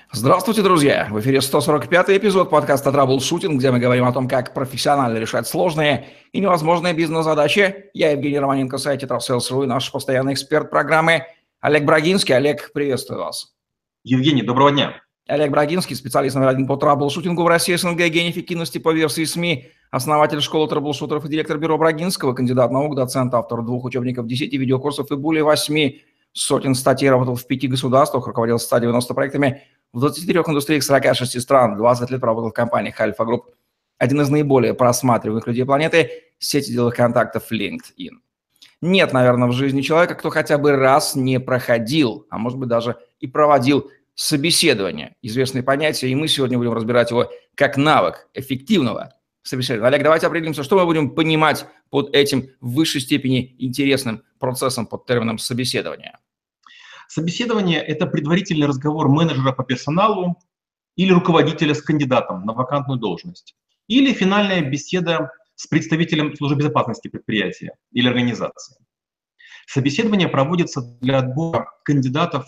Здравствуйте, друзья! В эфире 145-й эпизод подкаста «Траблшутинг», где мы говорим о том, как профессионально решать сложные и невозможные бизнес-задачи. Я Евгений Романенко, сайт «Травселс.ру» и наш постоянный эксперт программы Олег Брагинский. Олег, приветствую вас. Евгений, доброго дня. Олег Брагинский, специалист номер один по траблшутингу в России, СНГ, гений эффективности по версии СМИ, основатель школы траблшутеров и директор бюро Брагинского, кандидат наук, доцент, автор 2 учебников, 10 видеокурсов и более 8 сотен статей, работал в 5 государствах, руководил 190 проектами в 23 индустриях 46 стран, 20 лет работал в компаниях Альфа Групп. Один из наиболее просматриваемых людей планеты – сети деловых контактов LinkedIn. Нет, наверное, в жизни человека, кто хотя бы раз не проходил, а может быть даже и проводил собеседование. Известное понятие, и мы сегодня будем разбирать его как навык эффективного собеседования. Олег, давайте определимся, что мы будем понимать под этим в высшей степени интересным процессом под термином собеседования. Собеседование – это предварительный разговор менеджера по персоналу или руководителя с кандидатом на вакантную должность. Или финальная беседа с представителем службы безопасности предприятия или организации. Собеседование проводится для отбора кандидатов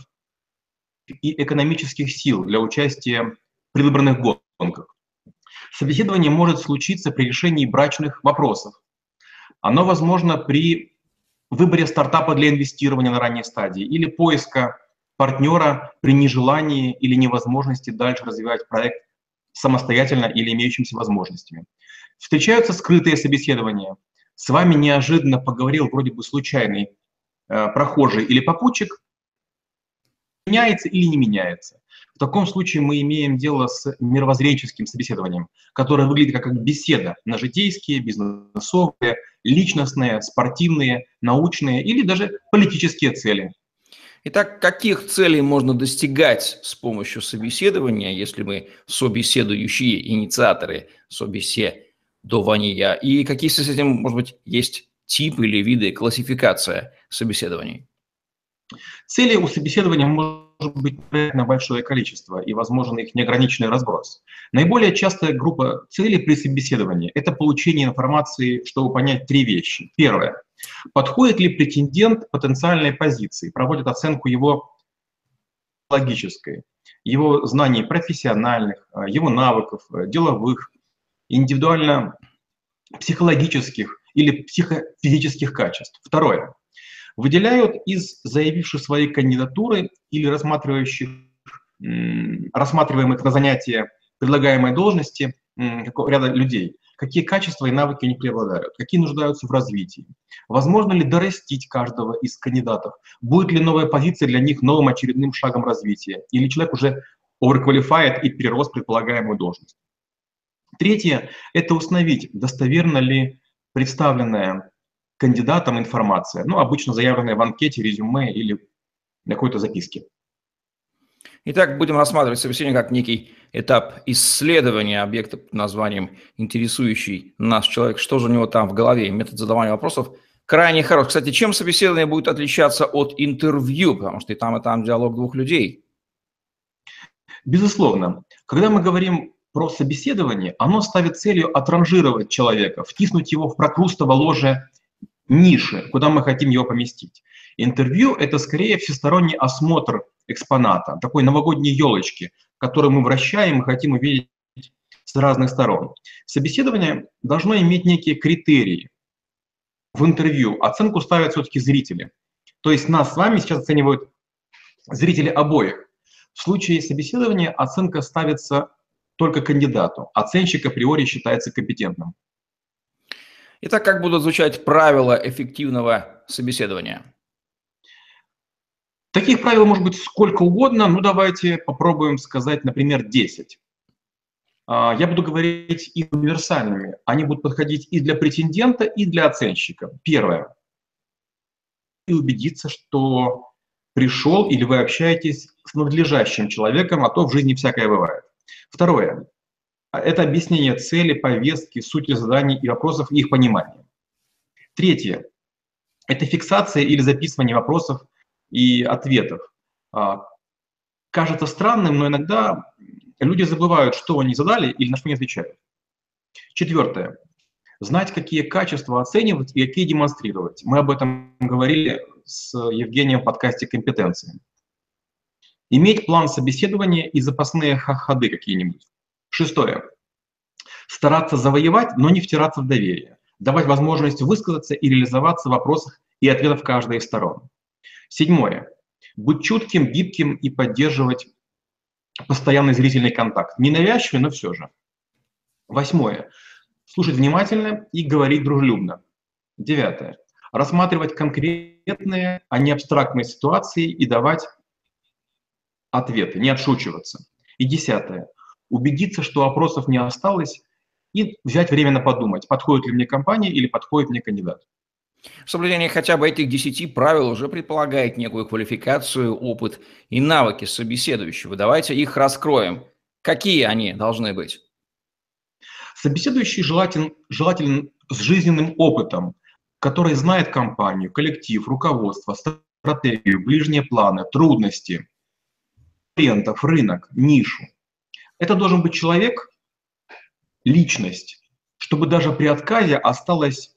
и экономических сил для участия в предвыборных гонках. Собеседование может случиться при решении брачных вопросов. Оно возможно при выборе стартапа для инвестирования на ранней стадии или поиска партнера при нежелании или невозможности дальше развивать проект самостоятельно или имеющимися возможностями. Встречаются скрытые собеседования. С вами неожиданно поговорил вроде бы случайный прохожий или попутчик, меняется или не меняется. В таком случае мы имеем дело с мировоззренческим собеседованием, которое выглядит как беседа на житейские, бизнесовые, личностные, спортивные, научные или даже политические цели. Итак, каких целей можно достигать с помощью собеседования, если мы собеседующие, инициаторы собеседования? И какие с этим, может быть, есть типы или виды, классификация собеседований? Целей у собеседования может быть на большое количество, и возможен их неограниченный разброс. Наиболее частая группа целей при собеседовании – это получение информации, чтобы понять 3 вещи. Первое. Подходит ли претендент потенциальной позиции? Проводят оценку его логической, его знаний профессиональных, его навыков, деловых, индивидуально-психологических или психофизических качеств. Второе. Выделяют из заявивших свои кандидатуры или рассматриваемых на занятия предлагаемой должности ряда людей, какие качества и навыки у них преобладают, какие нуждаются в развитии, возможно ли дорастить каждого из кандидатов, будет ли новая позиция для них новым очередным шагом развития, или человек уже overqualified и перерос предполагаемую должность. Третье – это установить, достоверно ли представленная кандидатам информация, обычно заявленная в анкете, резюме или какой-то записке. Итак, будем рассматривать собеседование как некий этап исследования объекта под названием «интересующий нас человек». Что же у него там в голове? Метод задавания вопросов крайне хорош. Кстати, чем собеседование будет отличаться от интервью? Потому что и там диалог 2 людей. Безусловно. Когда мы говорим про собеседование, оно ставит целью отранжировать человека, втиснуть его в прокрустово ложе ниши, куда мы хотим его поместить. Интервью – это скорее всесторонний осмотр экспоната, такой новогодней елочки, которую мы вращаем и хотим увидеть с разных сторон. Собеседование должно иметь некие критерии. В интервью оценку ставят все-таки зрители. То есть нас с вами сейчас оценивают зрители обоих. В случае собеседования оценка ставится только кандидату. Оценщик априори считается компетентным. Итак, как будут звучать правила эффективного собеседования? Таких правил может быть сколько угодно, давайте попробуем сказать, например, 10. Я буду говорить их универсальными. Они будут подходить и для претендента, и для оценщика. Первое. И убедиться, что пришел или вы общаетесь с надлежащим человеком, а то в жизни всякое бывает. Второе. Это объяснение цели, повестки, сути заданий и вопросов, и их понимания. Третье. Это фиксация или записывание вопросов и ответов. Кажется странным, но иногда люди забывают, что они задали или на что они отвечают. Четвертое. Знать, какие качества оценивать и какие демонстрировать. Мы об этом говорили с Евгением в подкасте «Компетенции». Иметь план собеседования и запасные ходы какие-нибудь. Шестое. Стараться завоевать, но не втираться в доверие. Давать возможность высказаться и реализоваться в вопросах и ответах каждой из сторон. Седьмое. Быть чутким, гибким и поддерживать постоянный зрительный контакт. Ненавязчивый, но все же. Восьмое. Слушать внимательно и говорить дружелюбно. Девятое. Рассматривать конкретные, а не абстрактные ситуации и давать ответы, не отшучиваться. И десятое. Убедиться, что вопросов не осталось, и взять время на подумать, подходит ли мне компания или подходит мне кандидат. Соблюдение хотя бы этих 10 правил уже предполагает некую квалификацию, опыт и навыки собеседующего. Давайте их раскроем. Какие они должны быть? Собеседующий желателен с жизненным опытом, который знает компанию, коллектив, руководство, стратегию, ближние планы, трудности, клиентов, рынок, нишу. Это должен быть человек, личность, чтобы даже при отказе осталось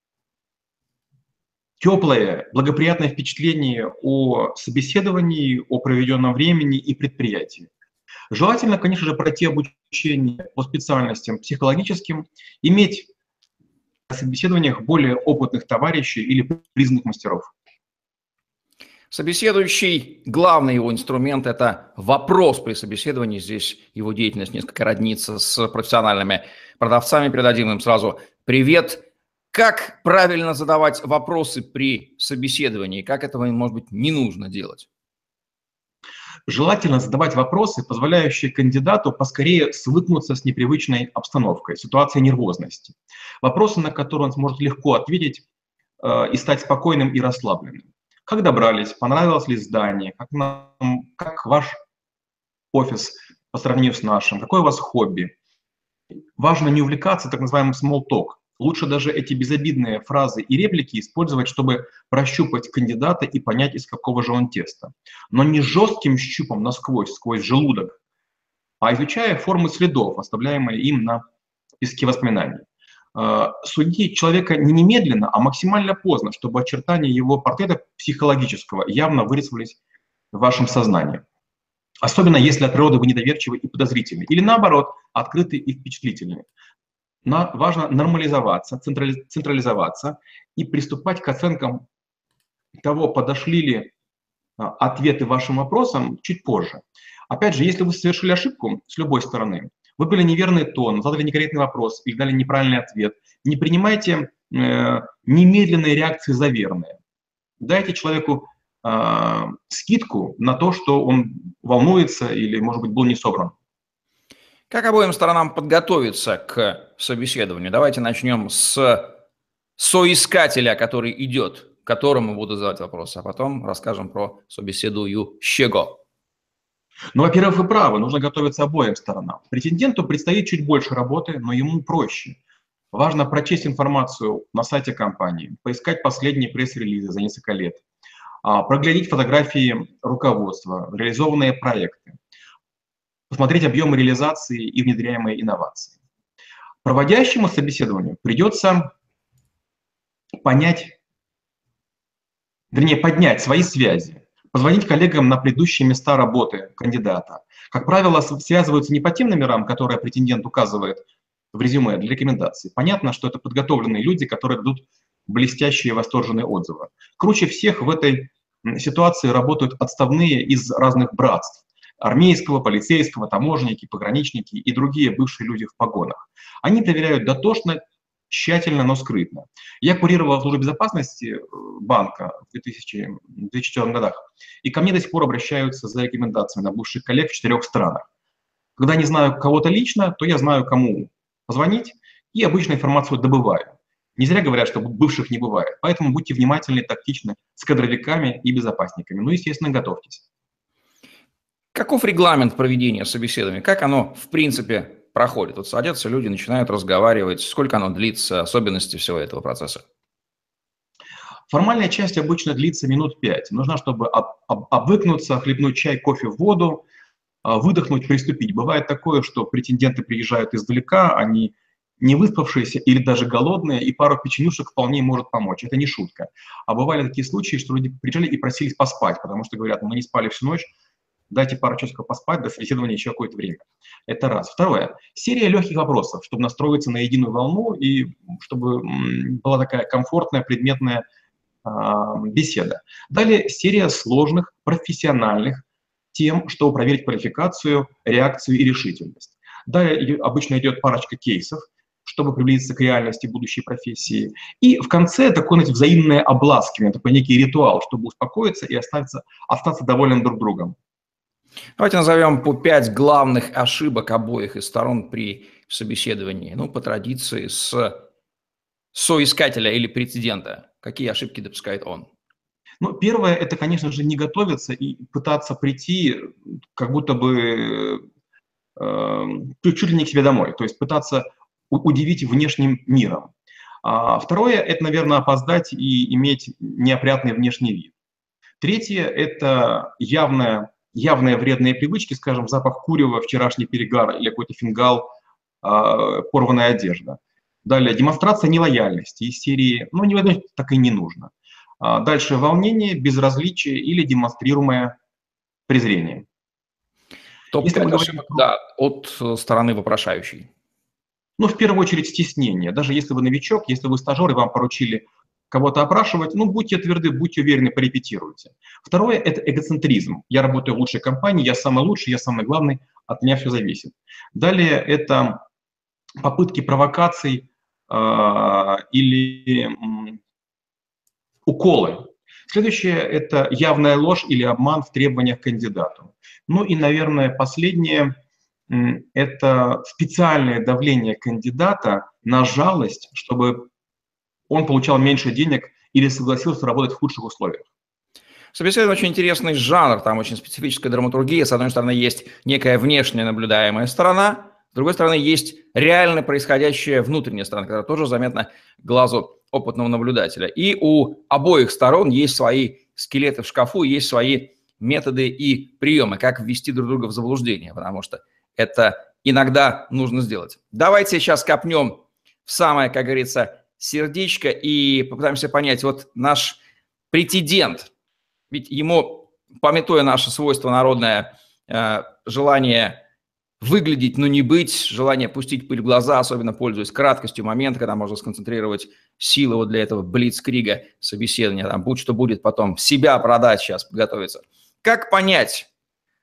теплое, благоприятное впечатление о собеседовании, о проведенном времени и предприятии. Желательно, конечно же, пройти обучение по специальностям психологическим, иметь на собеседованиях более опытных товарищей или признанных мастеров. Собеседующий, главный его инструмент – это вопрос при собеседовании. Здесь его деятельность несколько роднится с профессиональными продавцами. Передадим им сразу привет. Как правильно задавать вопросы при собеседовании? Как этого, может быть, не нужно делать? Желательно задавать вопросы, позволяющие кандидату поскорее свыкнуться с непривычной обстановкой, ситуацией нервозности. Вопросы, на которые он сможет легко ответить и стать спокойным и расслабленным. Как добрались, понравилось ли здание, как ваш офис по сравнению с нашим, какое у вас хобби. Важно не увлекаться так называемым small talk. Лучше даже эти безобидные фразы и реплики использовать, чтобы прощупать кандидата и понять, из какого же он теста. Но не жестким щупом насквозь, сквозь желудок, а изучая формы следов, оставляемые им на песке воспоминаний. Судить человека не немедленно, а максимально поздно, чтобы очертания его портрета психологического явно вырисовались в вашем сознании. Особенно если от природы вы недоверчивы и подозрительны, или наоборот, открыты и впечатлительны. Важно нормализоваться, централизоваться и приступать к оценкам того, подошли ли ответы вашим вопросам чуть позже. Опять же, если вы совершили ошибку с любой стороны, выбрали неверный тон, задали некорректный вопрос или дали неправильный ответ, не принимайте немедленные реакции за верные. Дайте человеку скидку на то, что он волнуется или, может быть, был не собран. Как обоим сторонам подготовиться к собеседованию? Давайте начнем с соискателя, который идет, к которому буду задавать вопросы, а потом расскажем про собеседующего. Ну, во-первых, вы правы, нужно готовиться обоим сторонам. Претенденту предстоит чуть больше работы, но ему проще. Важно прочесть информацию на сайте компании, поискать последние пресс-релизы за несколько лет, проглядеть фотографии руководства, реализованные проекты, посмотреть объемы реализации и внедряемые инновации. Проводящему собеседованию придется поднять свои связи, позвонить коллегам на предыдущие места работы кандидата. Как правило, связываются не по тем номерам, которые претендент указывает в резюме для рекомендаций. Понятно, что это подготовленные люди, которые дадут блестящие восторженные отзывы. Круче всех в этой ситуации работают отставные из разных братств. Армейского, полицейского, таможенники, пограничники и другие бывшие люди в погонах. Они проверяют дотошно, тщательно, но скрытно. Я курировал службу безопасности банка в 2004 годах, и ко мне до сих пор обращаются за рекомендациями на бывших коллег в 4 странах. Когда не знаю кого-то лично, то я знаю, кому позвонить, и обычно информацию добываю. Не зря говорят, что бывших не бывает, поэтому будьте внимательны и тактичны с кадровиками и безопасниками. Ну, естественно, готовьтесь. Каков регламент проведения собеседования? Как оно, в принципе, проходит? Вот садятся люди, начинают разговаривать. Сколько оно длится? Особенности всего этого процесса? Формальная часть обычно длится минут 5. Нужна, чтобы обвыкнуться, хлебнуть чай, кофе, воду, выдохнуть, приступить. Бывает такое, что претенденты приезжают издалека, они не выспавшиеся или даже голодные, и пару печенюшек вполне может помочь. Это не шутка. А бывали такие случаи, что люди приезжали и просились поспать, потому что говорят, мы не спали всю ночь, дайте пару часов поспать, до собеседования еще какое-то время. Это раз. Второе. Серия легких вопросов, чтобы настроиться на единую волну и чтобы была такая комфортная, предметная беседа. Далее серия сложных, профессиональных тем, чтобы проверить квалификацию, реакцию и решительность. Далее обычно идет парочка кейсов, чтобы приблизиться к реальности будущей профессии. И в конце такое, знаете, взаимное обласкивание, такой некий ритуал, чтобы успокоиться и остаться довольным друг другом. Давайте назовем по 5 главных ошибок обоих из сторон при собеседовании. Ну, по традиции, с соискателя или претендента. Какие ошибки допускает он? Ну, первое, это, конечно же, не готовиться и пытаться прийти как будто бы чуть ли не к себе домой, то есть пытаться удивить внешним миром. Второе, это, наверное, опоздать и иметь неопрятный внешний вид. Третье, это явные вредные привычки, скажем, запах курева, вчерашний перегар или какой-то фингал, порванная одежда. Далее, демонстрация нелояльности из серии, ну, не так и не нужно. Дальше, волнение, безразличие или демонстрируемое презрение. Топ-5 ошибок, да, от стороны вопрошающей. Ну, в первую очередь, стеснение. Даже если вы новичок, если вы стажер и вам поручили кого-то опрашивать, ну, будьте тверды, будьте уверены, порепетируйте. Второе – это эгоцентризм. Я работаю в лучшей компании, я самый лучший, я самый главный, от меня все зависит. Далее это попытки провокаций или уколы. Следующее – это явная ложь или обман в требованиях к кандидату. Ну и, наверное, последнее – это специальное давление кандидата на жалость, чтобы он получал меньше денег или согласился работать в худших условиях. Собеседование очень интересный жанр, там очень специфическая драматургия. С одной стороны, есть некая внешняя наблюдаемая сторона, с другой стороны, есть реально происходящая внутренняя сторона, которая тоже заметна глазу опытного наблюдателя. И у обоих сторон есть свои скелеты в шкафу, есть свои методы и приемы, как ввести друг друга в заблуждение, потому что это иногда нужно сделать. Давайте сейчас копнем в самое, как говорится, сердечко и попытаемся понять, вот наш претендент, ведь ему, памятуя наше свойство народное, желание выглядеть, но не быть, желание пустить пыль в глаза, особенно пользуясь краткостью момента, когда можно сконцентрировать силы вот для этого блицкрига собеседования, там, будь что будет потом, себя продать сейчас, подготовиться. Как понять,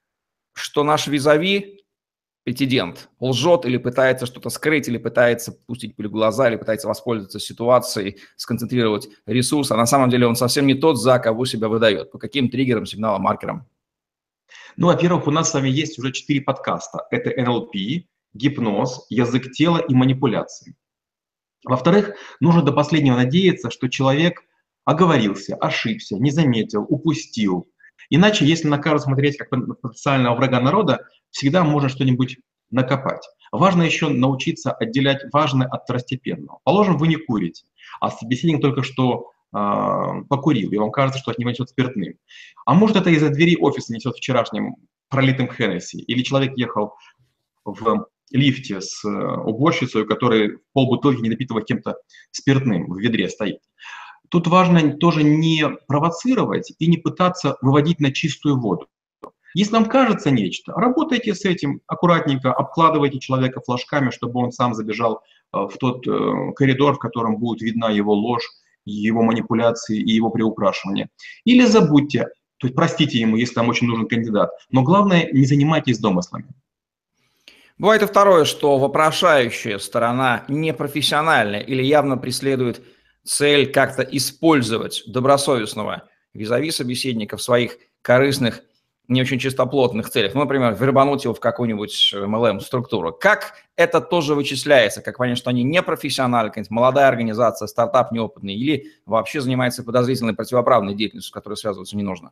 что наш визави, претендент, лжет или пытается что-то скрыть, или пытается пустить пыль в глаза, или пытается воспользоваться ситуацией, сконцентрировать ресурс, а на самом деле он совсем не тот, за кого себя выдает? По каким триггерам, сигналам, маркерам? Ну, во-первых, у нас с вами есть уже 4 подкаста. Это НЛП, гипноз, язык тела и манипуляции. Во-вторых, нужно до последнего надеяться, что человек оговорился, ошибся, не заметил, упустил. Иначе, если на каждого смотреть как на потенциального врага народа, всегда можно что-нибудь накопать. Важно еще научиться отделять важное от второстепенного. Положим, вы не курите, а собеседник только что покурил, и вам кажется, что от него несет спиртным. А может, это из-за двери офиса несет вчерашним пролитым Хеннесси, или человек ехал в лифте с уборщицей, у которой полбутылки недопитого кем-то спиртным в ведре стоит. Тут важно тоже не провоцировать и не пытаться выводить на чистую воду. Если вам кажется нечто, работайте с этим аккуратненько, обкладывайте человека флажками, чтобы он сам забежал в тот коридор, в котором будет видна его ложь, его манипуляции и его приукрашивание. Или забудьте, то есть простите ему, если вам очень нужен кандидат, но главное, не занимайтесь домыслами. Бывает и второе, что вопрошающая сторона непрофессиональная или явно преследует цель как-то использовать добросовестного визави собеседника в своих корыстных, не очень чистоплотных целях. Ну, например, вербануть его в какую-нибудь MLM-структуру. Как это тоже вычисляется? Как понять, что они не профессионалы, какая-нибудь молодая организация, стартап неопытный, или вообще занимается подозрительной противоправной деятельностью, с которой связываться не нужно?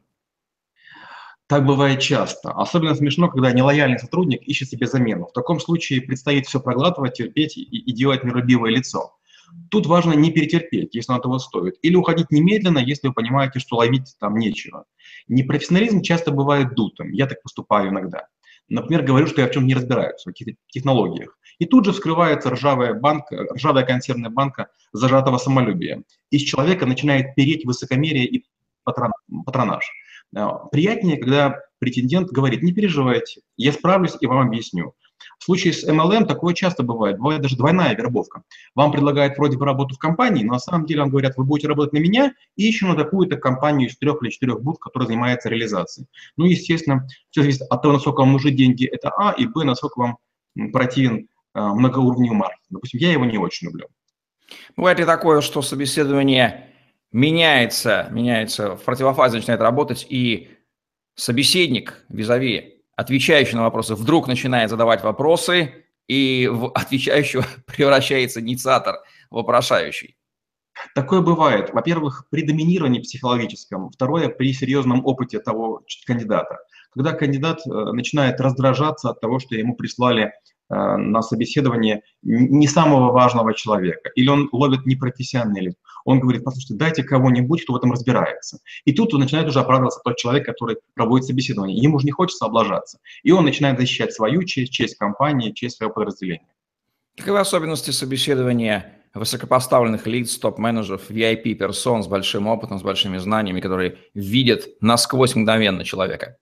Так бывает часто. Особенно смешно, когда нелояльный сотрудник ищет себе замену. В таком случае предстоит все проглатывать, терпеть и делать миролюбивое лицо. Тут важно не перетерпеть, если оно того стоит, или уходить немедленно, если вы понимаете, что ловить там нечего. Непрофессионализм часто бывает дутым, я так поступаю иногда. Например, говорю, что я в чем-то не разбираюсь, в каких-то технологиях. И тут же вскрывается ржавая консервная банка зажатого самолюбия. Из человека начинает переть высокомерие и патронаж. Приятнее, когда претендент говорит: не переживайте, я справлюсь и вам объясню. В случае с MLM такое часто бывает даже двойная вербовка. Вам предлагают вроде бы работу в компании, но на самом деле вам говорят: вы будете работать на меня и еще на такую-то компанию из 3 или 4 бут, которая занимается реализацией. Ну, естественно, все зависит от того, насколько вам нужны деньги, это А, и Б, насколько вам противен многоуровневый маркетинг. Допустим, я его не очень люблю. Бывает ли такое, что собеседование меняется, в противофазе начинает работать, и собеседник, визави, отвечающий на вопросы, вдруг начинает задавать вопросы, и в отвечающего превращается инициатор, вопрошающий? Такое бывает. Во-первых, при доминировании психологическом. Второе, при серьезном опыте того кандидата. Когда кандидат начинает раздражаться от того, что ему прислали на собеседование не самого важного человека, или он ловит непрофессионализм. Он говорит: послушайте, дайте кого-нибудь, кто в этом разбирается. И тут он начинает уже оправдываться тот человек, который проводит собеседование. Ему же не хочется облажаться. И он начинает защищать свою честь, честь компании, честь своего подразделения. Каковы особенности собеседования высокопоставленных лиц, топ-менеджеров, VIP-персон с большим опытом, с большими знаниями, которые видят насквозь мгновенно человека?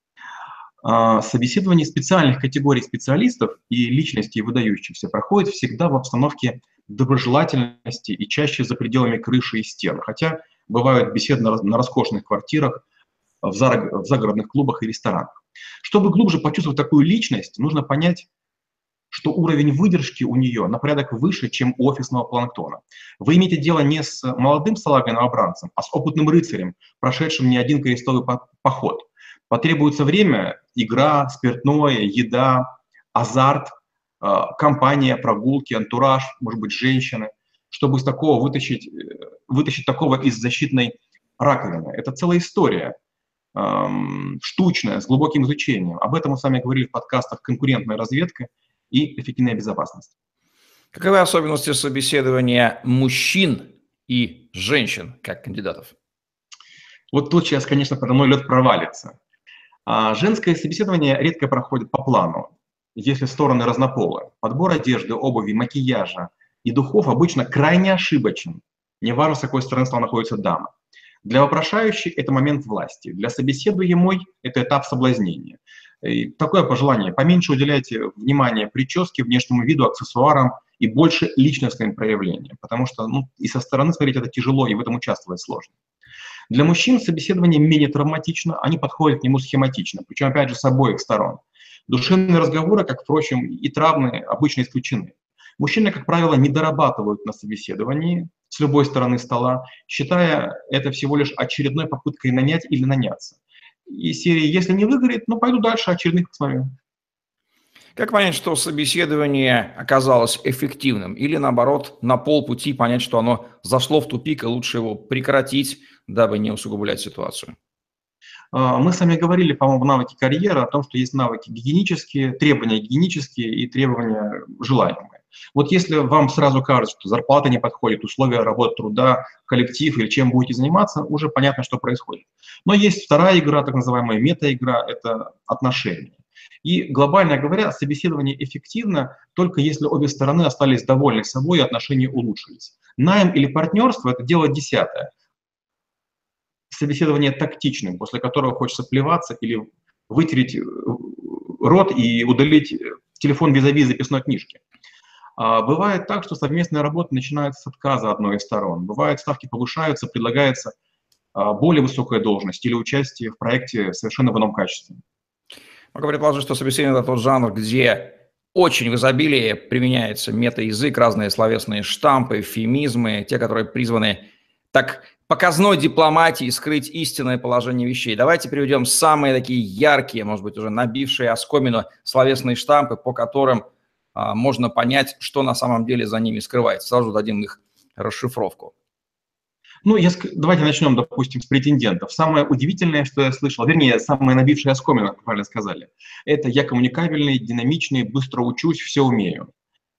Собеседование специальных категорий специалистов и личностей выдающихся проходит всегда в обстановке доброжелательности и чаще за пределами крыши и стен. Хотя бывают беседы на роскошных квартирах, в загородных клубах и ресторанах. Чтобы глубже почувствовать такую личность, нужно понять, что уровень выдержки у нее на порядок выше, чем у офисного планктона. Вы имеете дело не с молодым салагой-новобранцем, а с опытным рыцарем, прошедшим не один крестовый поход. Потребуется время, игра, спиртное, еда, азарт, компания, прогулки, антураж, может быть, женщины, чтобы из такого вытащить такого из защитной раковины. Это целая история, штучная, с глубоким изучением. Об этом мы с вами говорили в подкастах «Конкурентная разведка» и «Эффективная безопасность». Каковы особенности собеседования мужчин и женщин как кандидатов? Вот тут сейчас, конечно, подо мной лед провалится. Женское собеседование редко проходит по плану, если стороны разнополы. Подбор одежды, обуви, макияжа и духов обычно крайне ошибочен, неважно, с какой стороны стола находится дама. Для вопрошающей это момент власти, для собеседуемой это этап соблазнения. И такое пожелание: поменьше уделяйте внимание прическе, внешнему виду, аксессуарам и больше личностным проявлениям, потому что и со стороны смотреть это тяжело, и в этом участвовать сложно. Для мужчин собеседование менее травматично, они подходят к нему схематично, причем, опять же, с обоих сторон. Душевные разговоры, как, впрочем, и травмы, обычно исключены. Мужчины, как правило, не дорабатывают на собеседовании с любой стороны стола, считая это всего лишь очередной попыткой нанять или наняться. И серии: если не выгорит, пойду дальше, очередных посмотрю. Как понять, что собеседование оказалось эффективным? Или, наоборот, на полпути понять, что оно зашло в тупик, и лучше его прекратить, дабы не усугублять ситуацию? Мы с вами говорили, по-моему, в навыке карьеры о том, что есть навыки гигиенические, требования гигиенические и требования желаемые. Вот если вам сразу кажется, что зарплата не подходит, условия работы труда, коллектив или чем будете заниматься, уже понятно, что происходит. Но есть вторая игра, так называемая мета-игра, это отношения. И, глобально говоря, собеседование эффективно только если обе стороны остались довольны собой и отношения улучшились. Найм или партнерство – это дело десятое. Собеседование тактичным, после которого хочется плеваться или вытереть рот и удалить телефон визави записной книжки. Бывает так, что совместная работа начинается с отказа одной из сторон. Бывает, ставки повышаются, предлагается более высокая должность или участие в проекте совершенно в ином качестве. Могу предположить, что собеседование – это тот жанр, где очень в изобилии применяется мета-язык, разные словесные штампы, эвфемизмы, те, которые призваны так показной дипломатией скрыть истинное положение вещей. Давайте приведем самые такие яркие, может быть, уже набившие оскомину словесные штампы, по которым можно понять, что на самом деле за ними скрывается. Сразу дадим их расшифровку. Давайте начнем, допустим, с претендентов. Самое удивительное, что я слышал, вернее, самое набившее оскомину, как вы правильно сказали, это: я коммуникабельный, динамичный, быстро учусь, все умею.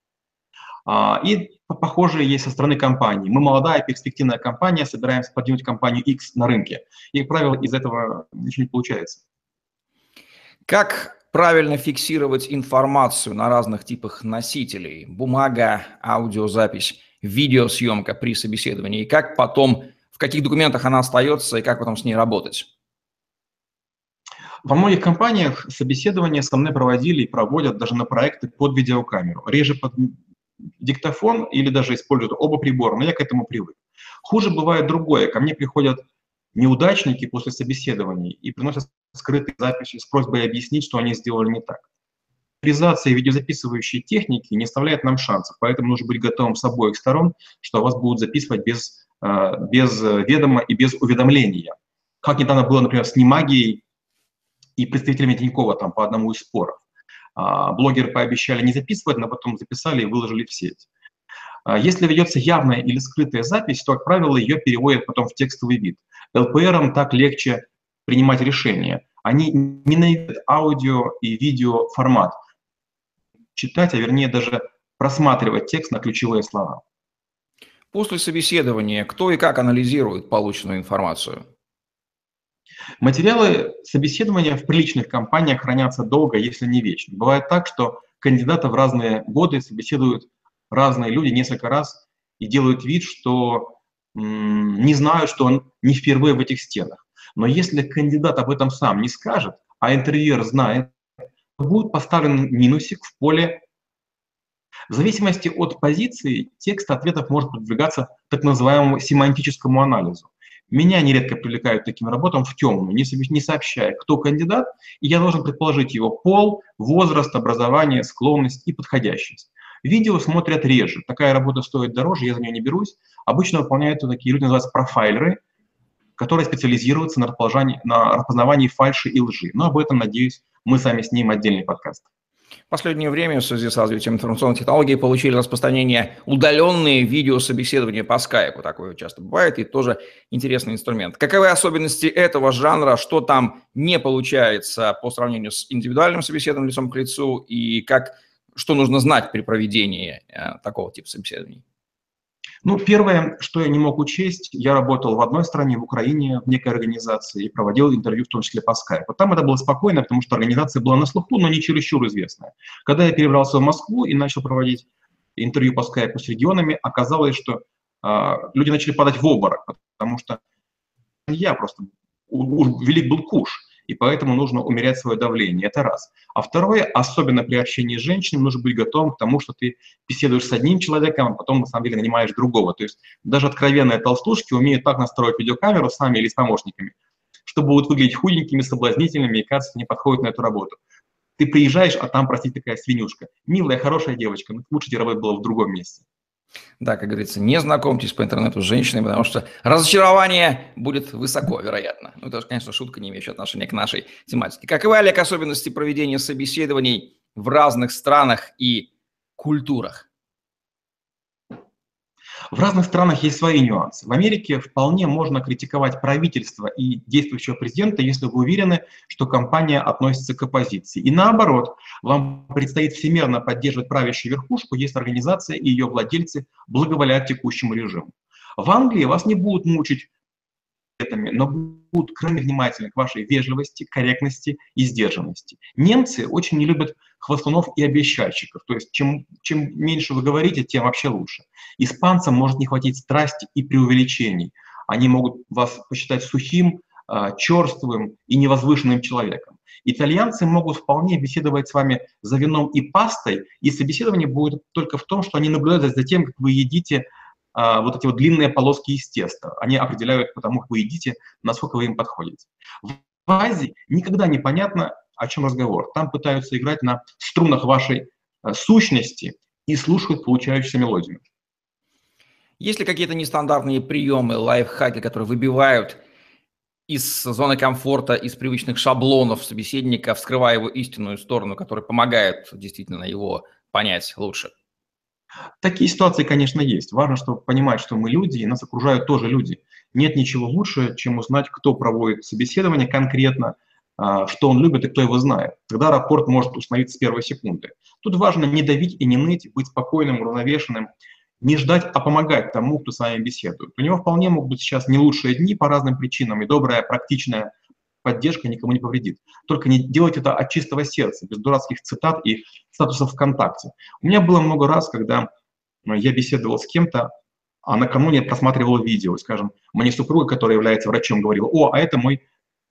И похожие есть со стороны компании. Мы молодая, перспективная компания, собираемся подвинуть компанию X на рынке. И, как правило, из этого ничего не получается. Как правильно фиксировать информацию на разных типах носителей? Бумага, аудиозапись, видеосъемка при собеседовании. И как потом, в каких документах она остается, и как потом с ней работать? Во многих компаниях собеседования со мной проводили и проводят даже на проекты под видеокамеру. Реже под диктофон или даже используют оба прибора, но я к этому привык. Хуже бывает другое. Ко мне приходят неудачники после собеседований и приносят скрытые записи с просьбой объяснить, что они сделали не так. Реализация видеозаписывающей техники не оставляет нам шансов, поэтому нужно быть готовым с обоих сторон, что вас будут записывать без ведома и без уведомления. Как недавно было, например, с Немагией и представителями Тинькова там, по одному из споров. Блогеры пообещали не записывать, но потом записали и выложили в сеть. Если ведется явная или скрытая запись, то, как правило, ее переводят потом в текстовый вид. ЛПРам так легче принимать решения. Они ненавидят аудио и видео формат. Читать, а вернее даже просматривать текст на ключевые слова. После собеседования кто и как анализирует полученную информацию? Материалы собеседования в приличных компаниях хранятся долго, если не вечно. Бывает так, что кандидата в разные годы собеседуют разные люди несколько раз и делают вид, что не знают, что он не впервые в этих стенах. Но если кандидат об этом сам не скажет, а интервьюер знает, будет поставлен минусик в поле. В зависимости от позиции текст ответов может подвигаться так называемому семантическому анализу. Меня нередко привлекают таким работам в темную, не сообщая, кто кандидат, и я должен предположить его пол, возраст, образование, склонность и подходящесть. Видео смотрят реже. Такая работа стоит дороже, я за нее не берусь. Обычно выполняют такие люди, называются профайлеры, которые специализируются на распознавании фальши и лжи. Но об этом, надеюсь, мы сами снимем отдельный подкаст. В последнее время в связи с развитием информационных технологий получили распространение удаленные видеособеседования по скайпу. Такое часто бывает и тоже интересный инструмент. Каковы особенности этого жанра, что там не получается по сравнению с индивидуальным собеседованием лицом к лицу и что нужно знать при проведении такого типа собеседований? Ну, первое, что я не мог учесть, я работал в одной стране, в Украине, в некой организации, и проводил интервью, в том числе по скайпу. Там это было спокойно, потому что организация была на слуху, но не чересчур известная. Когда я перебрался в Москву и начал проводить интервью по скайпу с регионами, оказалось, что люди начали падать в обморок, потому что я просто, велик был куш, и поэтому нужно умерять свое давление. Это раз. А второе, особенно при общении с женщинами, нужно быть готовым к тому, что ты беседуешь с одним человеком, а потом на самом деле нанимаешь другого. То есть даже откровенные толстушки умеют так настроить видеокамеру сами или с помощниками, что будут выглядеть худенькими, соблазнительными и, кажется, не подходят на эту работу. Ты приезжаешь, а там, простите, такая свинюшка. Милая, хорошая девочка, но лучше тебе работать было в другом месте. Да, как говорится, не знакомьтесь по интернету с женщиной, потому что разочарование будет высоко, вероятно. Ну, это, конечно, шутка, не имеющая отношения к нашей тематике. Каковы, Олег, особенности проведения собеседований в разных странах и культурах? В разных странах есть свои нюансы. В Америке вполне можно критиковать правительство и действующего президента, если вы уверены, что компания относится к оппозиции. И наоборот, вам предстоит всемерно поддерживать правящую верхушку, если организация и ее владельцы благоволят текущему режиму. В Англии вас не будут мучить, но будут крайне внимательны к вашей вежливости, корректности и сдержанности. Немцы очень не любят хвастунов и обещальщиков, то есть чем меньше вы говорите, тем вообще лучше. Испанцам может не хватить страсти и преувеличений. Они могут вас посчитать сухим, черствым и невозвышенным человеком. Итальянцы могут вполне беседовать с вами за вином и пастой, и собеседование будет только в том, что они наблюдают за тем, как вы едите вот эти вот длинные полоски из теста. Они определяют потому, как вы едите, насколько вы им подходите. В Азии никогда не понятно, о чем разговор. Там пытаются играть на струнах вашей сущности и слушают получающуюся мелодию. Есть ли какие-то нестандартные приемы, лайфхаки, которые выбивают из зоны комфорта, из привычных шаблонов собеседника, вскрывая его истинную сторону, которые помогают действительно его понять лучше? Такие ситуации, конечно, есть. Важно, чтобы понимать, что мы люди, и нас окружают тоже люди. Нет ничего лучше, чем узнать, кто проводит собеседование конкретно, что он любит и кто его знает. Тогда рапорт может установиться с первой секунды. Тут важно не давить и не ныть, быть спокойным, уравновешенным, не ждать, а помогать тому, кто с вами беседует. У него вполне могут быть сейчас не лучшие дни по разным причинам, и добрая, практичная поддержка никому не повредит. Только не делайте это от чистого сердца, без дурацких цитат и статусов ВКонтакте. У меня было много раз, когда я беседовал с кем-то, а накануне просматривал видео, скажем, мне супруга, которая является врачом, говорила: «О, а это мой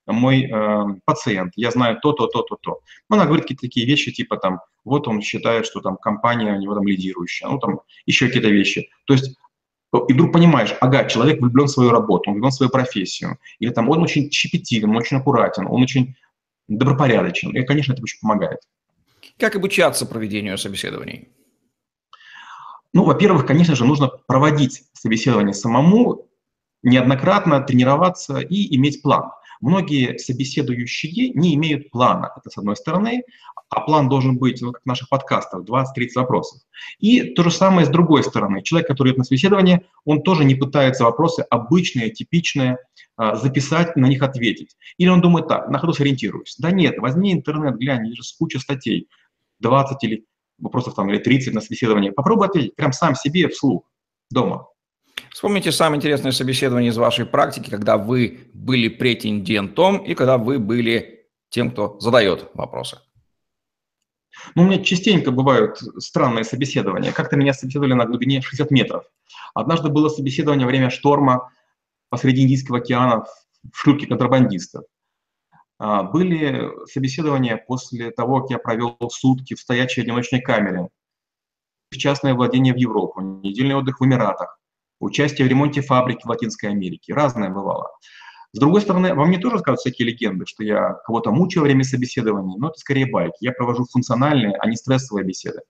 мой пациент, я знаю то, то, то, то, то. Она говорит какие-то такие вещи, типа там, вот он считает, что там компания у него там лидирующая, ну там еще какие-то вещи. То есть и вдруг понимаешь, ага, человек влюблен в свою работу, он влюблен в свою профессию, или там он очень щепетилен, он очень аккуратен, он очень добропорядочен, и, конечно, это очень помогает. Как обучаться проведению собеседований? Ну, во-первых, конечно же, нужно проводить собеседование самому, неоднократно тренироваться и иметь план. Многие собеседующие не имеют плана, это с одной стороны, а план должен быть, ну, как в наших подкастах, 20-30 вопросов. И то же самое с другой стороны. Человек, который идет на собеседование, он тоже не пытается вопросы обычные, типичные, записать, на них ответить. Или он думает так, на ходу сориентируюсь. Да нет, возьми интернет, глянь, есть же куча статей, 20 или вопросов там, или 30 на собеседование. Попробуй ответить прям сам себе вслух дома. Вспомните самое интересное собеседование из вашей практики, когда вы были претендентом и когда вы были тем, кто задает вопросы. Ну, у меня частенько бывают странные собеседования. Как-то меня собеседовали на глубине 60 метров. Однажды было собеседование во время шторма посреди Индийского океана в шлюпке контрабандистов. Были собеседования после того, как я провел сутки в стоячей одиночной камере, в частное владение в Европу, недельный отдых в Эмиратах, участие в ремонте фабрики в Латинской Америке. Разное бывало. С другой стороны, во мне тоже рассказывают всякие легенды, что я кого-то мучаю во время собеседований, но это скорее байки. Я провожу функциональные, а не стрессовые беседы.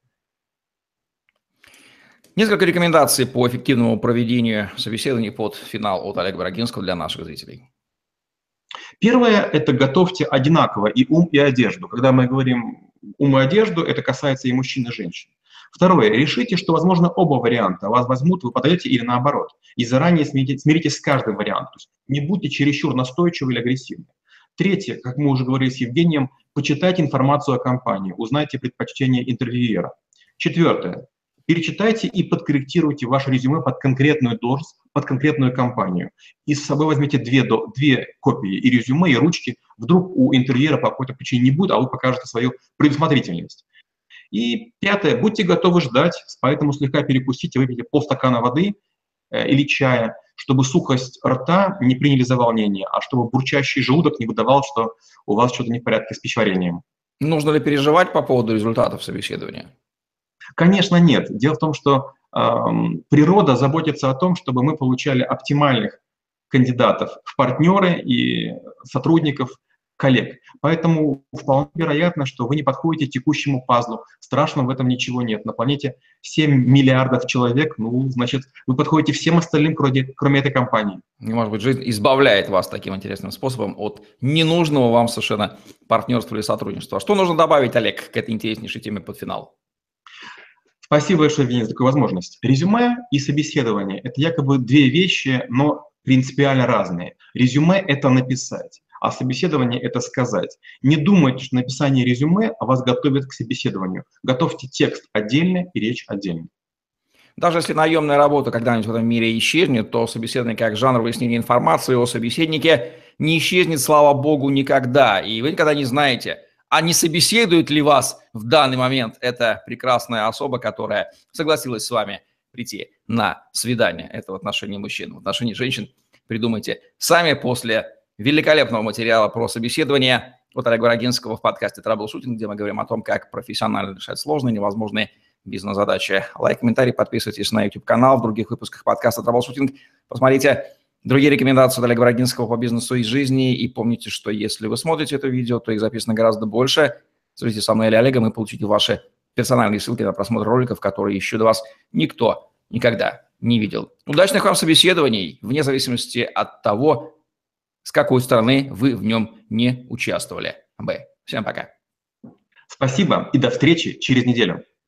Несколько рекомендаций по эффективному проведению собеседований под финал от Олега Брагинского для наших зрителей. Первое – это готовьте одинаково и ум, и одежду. Когда мы говорим ум и одежду, это касается и мужчин, и женщин. Второе – решите, что, возможно, оба варианта вас возьмут, вы подаете или наоборот. И заранее смиритесь с каждым вариантом. То есть не будьте чересчур настойчивы или агрессивны. Третье, как мы уже говорили с Евгением, почитайте информацию о компании, узнайте предпочтения интервьюера. Четвертое. Перечитайте и подкорректируйте ваше резюме под конкретную должность, под конкретную компанию. И с собой возьмите две копии и резюме, и ручки. Вдруг у интервьюера по какой-то причине не будет, а вы покажете свою предусмотрительность. И пятое. Будьте готовы ждать, поэтому слегка перекусите, выпейте полстакана воды или чая, чтобы сухость рта не приняли за волнение, а чтобы бурчащий желудок не выдавал, что у вас что-то не в порядке с пищеварением. Нужно ли переживать по поводу результатов собеседования? Конечно, нет. Дело в том, что природа заботится о том, чтобы мы получали оптимальных кандидатов в партнеры и сотрудников, коллег. Поэтому вполне вероятно, что вы не подходите текущему пазлу. Страшного в этом ничего нет. На планете 7 миллиардов человек, ну, значит, вы подходите всем остальным, кроме этой компании. Может быть, жизнь избавляет вас таким интересным способом от ненужного вам совершенно партнерства или сотрудничества. Что нужно добавить, Олег, к этой интереснейшей теме под финал? Спасибо большое, Евгений, за такую возможность. Резюме и собеседование – это якобы две вещи, но принципиально разные. Резюме – это написать, а собеседование – это сказать. Не думайте, что написание резюме вас готовит к собеседованию. Готовьте текст отдельно и речь отдельно. Даже если наемная работа когда-нибудь в этом мире исчезнет, то собеседование как жанр выяснения информации о собеседнике не исчезнет, слава богу, никогда. И вы никогда не знаете, а не собеседует ли вас в данный момент эта прекрасная особа, которая согласилась с вами прийти на свидание. Это в отношении мужчин. В отношении женщин придумайте сами после великолепного материала про собеседование от Олега Брагинского в подкасте «Траблшутинг», где мы говорим о том, как профессионально решать сложные, невозможные бизнес-задачи. Лайк, комментарий, подписывайтесь на YouTube-канал. В других выпусках подкаста «Траблшутинг» посмотрите другие рекомендации от Олега Брагинского по бизнесу и жизни. И помните, что если вы смотрите это видео, то их записано гораздо больше. Свяжитесь со мной или Олегом и получите ваши персональные ссылки на просмотр роликов, которые еще до вас никто никогда не видел. Удачных вам собеседований, вне зависимости от того, с какой стороны вы в нем не участвовали. Всем пока. Спасибо и до встречи через неделю.